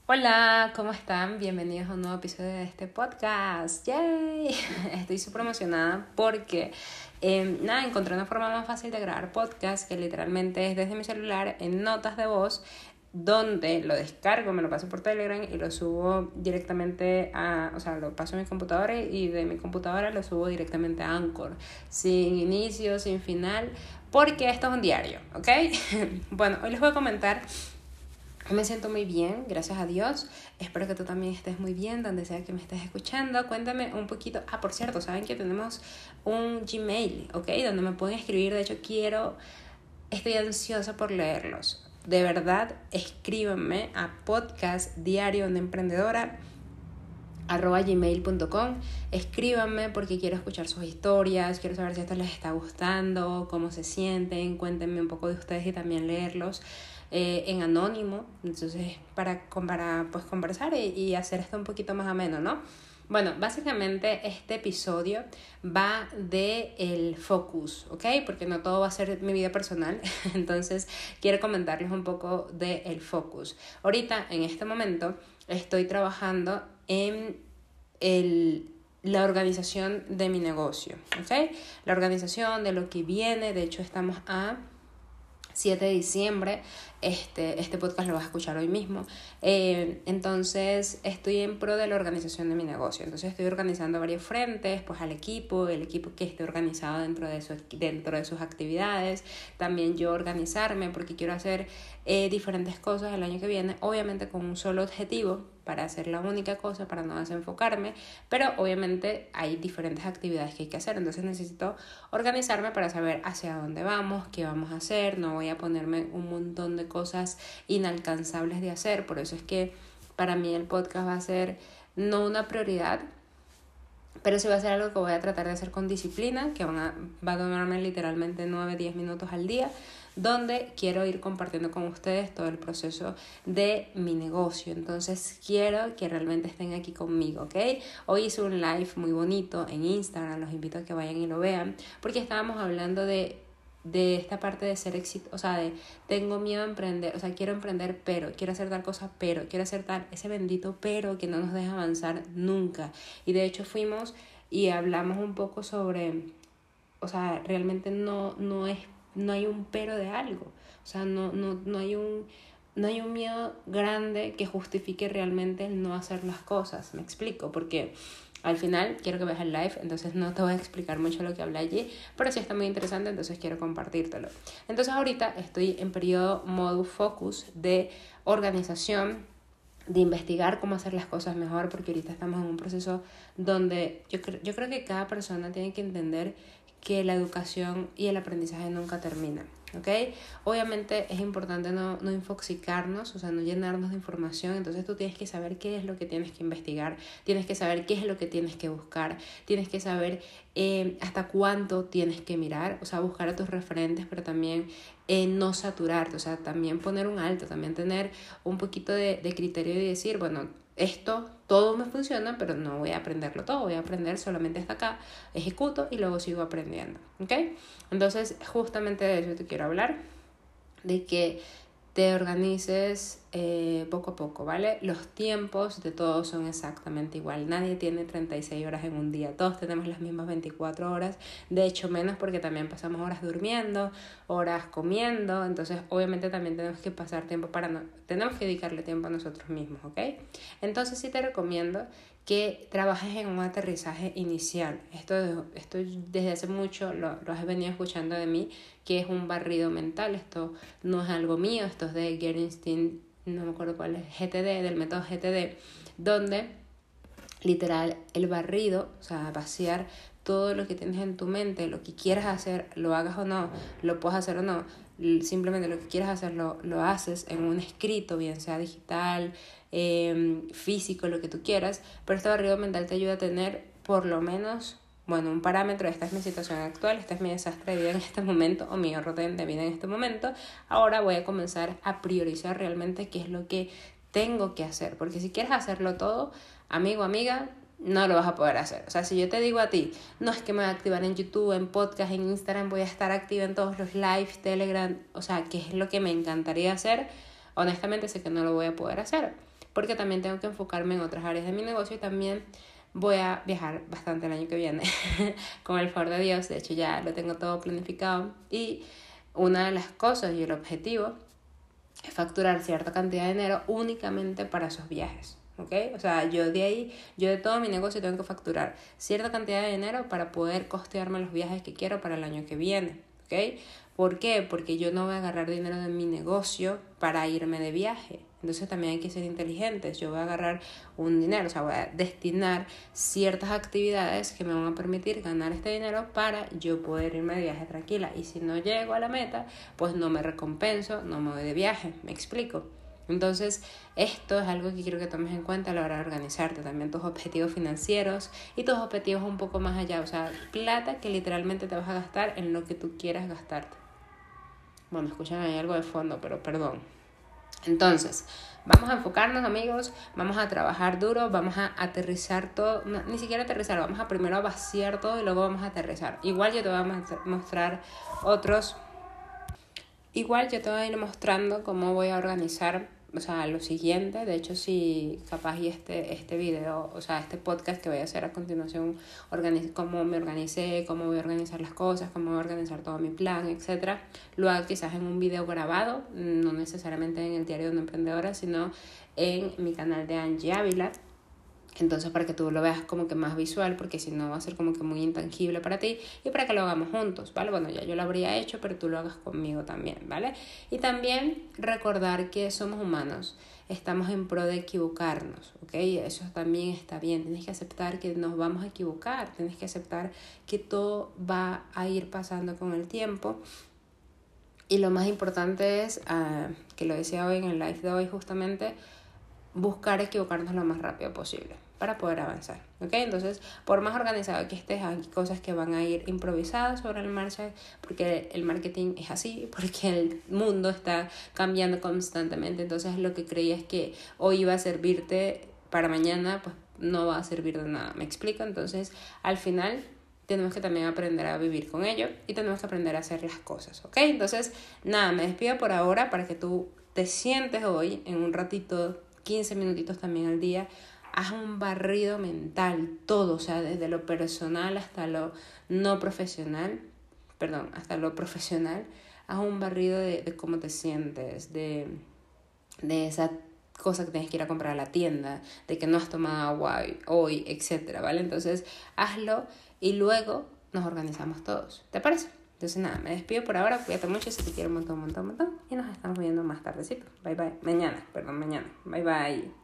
Hola, ¿cómo están? Bienvenidos a un nuevo episodio de este podcast. ¡Yay! Estoy súper emocionada porque encontré una forma más fácil de grabar podcast que literalmente es desde mi celular en notas de voz, donde lo descargo, me lo paso por Telegram y lo subo directamente lo paso a mi computadora y de mi computadora lo subo directamente a Anchor, sin inicio, sin final, porque esto es un diario, ¿ok? Bueno, hoy les voy a comentar. Me siento muy bien, gracias a Dios. Espero que tú también estés muy bien, donde sea que me estés escuchando. Cuéntame un poquito. Por cierto, saben que tenemos un Gmail, ¿ok? Donde me pueden escribir. De hecho, estoy ansiosa por leerlos. De verdad, escríbanme a podcastdiariodeemprendedora@gmail.com. Escríbanme porque quiero escuchar sus historias, quiero saber si esto les está gustando, cómo se sienten, cuéntenme un poco de ustedes y también leerlos en anónimo, entonces para pues conversar y hacer esto un poquito más ameno, ¿no? Bueno, básicamente este episodio va de el focus, ¿ok? Porque no todo va a ser mi vida personal, entonces quiero comentarles un poco de el focus. Ahorita, en este momento, estoy trabajando en la organización de mi negocio, ¿ok? La organización de lo que viene. De hecho, estamos a 7 de diciembre, este podcast lo vas a escuchar hoy mismo. Entonces estoy en pro de la organización de mi negocio. Entonces estoy organizando varios frentes, pues el equipo que esté organizado dentro de sus actividades. También yo organizarme porque quiero hacer diferentes cosas el año que viene, obviamente con un solo objetivo, para hacer la única cosa, para no desenfocarme, pero obviamente hay diferentes actividades que hay que hacer, entonces necesito organizarme para saber hacia dónde vamos, qué vamos a hacer. No voy a ponerme un montón de cosas inalcanzables de hacer, por eso es que para mí el podcast va a ser no una prioridad, pero sí va a ser algo que voy a tratar de hacer con disciplina, que va a tomarme literalmente 9-10 minutos al día, donde quiero ir compartiendo con ustedes todo el proceso de mi negocio. Entonces quiero que realmente estén aquí conmigo, ¿ok? Hoy hice un live muy bonito en Instagram, los invito a que vayan y lo vean, porque estábamos hablando de esta parte de ser éxito, tengo miedo a emprender, quiero emprender, pero quiero hacer tal cosa, pero quiero hacer ese bendito pero que no nos deja avanzar nunca. Y de hecho fuimos y hablamos un poco sobre, realmente no hay un pero de algo, no hay un miedo grande que justifique realmente el no hacer las cosas. Me explico, porque al final quiero que veas el live, entonces no te voy a explicar mucho lo que hablé allí, pero sí está muy interesante, entonces quiero compartírtelo. Entonces ahorita estoy en periodo modo focus de organización, de investigar cómo hacer las cosas mejor, porque ahorita estamos en un proceso donde yo creo que cada persona tiene que entender que la educación y el aprendizaje nunca terminan, ¿ok? Obviamente es importante no infoxicarnos, no llenarnos de información. Entonces tú tienes que saber qué es lo que tienes que investigar, tienes que saber qué es lo que tienes que buscar, tienes que saber hasta cuánto tienes que mirar, buscar a tus referentes, pero también no saturarte, también poner un alto, también tener un poquito de criterio y decir, bueno, esto todo me funciona, pero no voy a aprenderlo todo, voy a aprender solamente hasta acá, ejecuto y luego sigo aprendiendo, ¿ok? Entonces justamente de eso te quiero hablar, de que te organices poco a poco, ¿vale? Los tiempos de todos son exactamente igual. Nadie tiene 36 horas en un día. Todos tenemos las mismas 24 horas. De hecho, menos, porque también pasamos horas durmiendo, horas comiendo. Entonces, obviamente también tenemos que tenemos que dedicarle tiempo a nosotros mismos, ¿ok? Entonces, sí te recomiendo que trabajes en un aterrizaje inicial. Esto desde hace mucho lo has venido escuchando de mí, que es un barrido mental. Esto no es algo mío, esto es de Gerenstein, no me acuerdo cuál es, GTD, del método GTD, donde literal el barrido, vaciar todo lo que tienes en tu mente, lo que quieras hacer, lo hagas o no, lo puedas hacer o no, simplemente lo que quieras hacer lo haces en un escrito, bien sea digital, físico, lo que tú quieras. Pero este barrido mental te ayuda a tener por lo menos, un parámetro. Esta es mi situación actual, este es mi desastre de vida en este momento, o mi orden de vida en este momento. Ahora voy a comenzar a priorizar realmente qué es lo que tengo que hacer, porque si quieres hacerlo todo, amigo, amiga, no lo vas a poder hacer. Si yo te digo a ti, no, es que me voy a activar en YouTube, en podcast, en Instagram, voy a estar activa en todos los lives, Telegram, que es lo que me encantaría hacer, honestamente sé que no lo voy a poder hacer. porque también tengo que enfocarme en otras áreas de mi negocio y también voy a viajar bastante el año que viene con el favor de Dios. De hecho ya lo tengo todo planificado y una de las cosas y el objetivo es facturar cierta cantidad de dinero únicamente para esos viajes. ¿Ok? O sea, yo de todo mi negocio tengo que facturar cierta cantidad de dinero para poder costearme los viajes que quiero para el año que viene. ¿Ok? ¿Por qué? Porque yo no voy a agarrar dinero de mi negocio para irme de viaje. Entonces también hay que ser inteligentes. Yo voy a agarrar un dinero, o sea, voy a destinar ciertas actividades que me van a permitir ganar este dinero para yo poder irme de viaje tranquila. Y si no llego a la meta, pues no me recompenso, no me voy de viaje. ¿Me explico? Entonces, esto es algo que quiero que tomes en cuenta a la hora de organizarte, también tus objetivos financieros y tus objetivos un poco más allá, o sea, plata que literalmente te vas a gastar en lo que tú quieras gastarte. Bueno, escuchan ahí algo de fondo, pero perdón. Entonces, vamos a enfocarnos, amigos, vamos a trabajar duro, vamos a aterrizar todo, no, ni siquiera aterrizar, vamos a primero vaciar todo y luego vamos a aterrizar. Igual yo te voy a mostrar Igual yo te voy a ir mostrando cómo voy a organizar, o sea, lo siguiente. De hecho, si capaz y este video, o sea, este podcast que voy a hacer a continuación, cómo me organicé, cómo voy a organizar las cosas, cómo voy a organizar todo mi plan, etcétera, lo hago quizás en un video grabado, no necesariamente en el diario de una emprendedora, sino en mi canal de Angie Ávila. Entonces, para que tú lo veas como que más visual, porque si no va a ser como que muy intangible para ti, y para que lo hagamos juntos, ¿vale? Bueno, ya yo lo habría hecho, pero tú lo hagas conmigo también, ¿vale? Y también recordar que somos humanos, estamos en pro de equivocarnos, ¿ok? Eso también está bien, tienes que aceptar que nos vamos a equivocar, tienes que aceptar que todo va a ir pasando con el tiempo. Y lo más importante es, que lo decía hoy en el live de hoy justamente, buscar equivocarnos lo más rápido posible para poder avanzar, ¿ok? Entonces, por más organizado que estés, hay cosas que van a ir improvisadas sobre el marcha, porque el marketing es así, porque el mundo está cambiando constantemente. Entonces, lo que creías que hoy iba a servirte para mañana, pues no va a servir de nada, ¿me explico? Entonces, al final tenemos que también aprender a vivir con ello y tenemos que aprender a hacer las cosas, ¿ok? Entonces, nada, me despido por ahora para que tú te sientes hoy en un ratito, 15 minutitos también al día, haz un barrido mental, todo, o sea, desde lo personal hasta lo no profesional, hasta lo profesional, haz un barrido de cómo te sientes, de esa cosa que tienes que ir a comprar a la tienda, de que no has tomado agua hoy, etcétera, ¿vale? Entonces, hazlo y luego nos organizamos todos, ¿te parece? Entonces nada, me despido por ahora, cuídate mucho, si te quiero un montón, y nos estamos viendo más tardecito, bye bye, mañana, bye bye.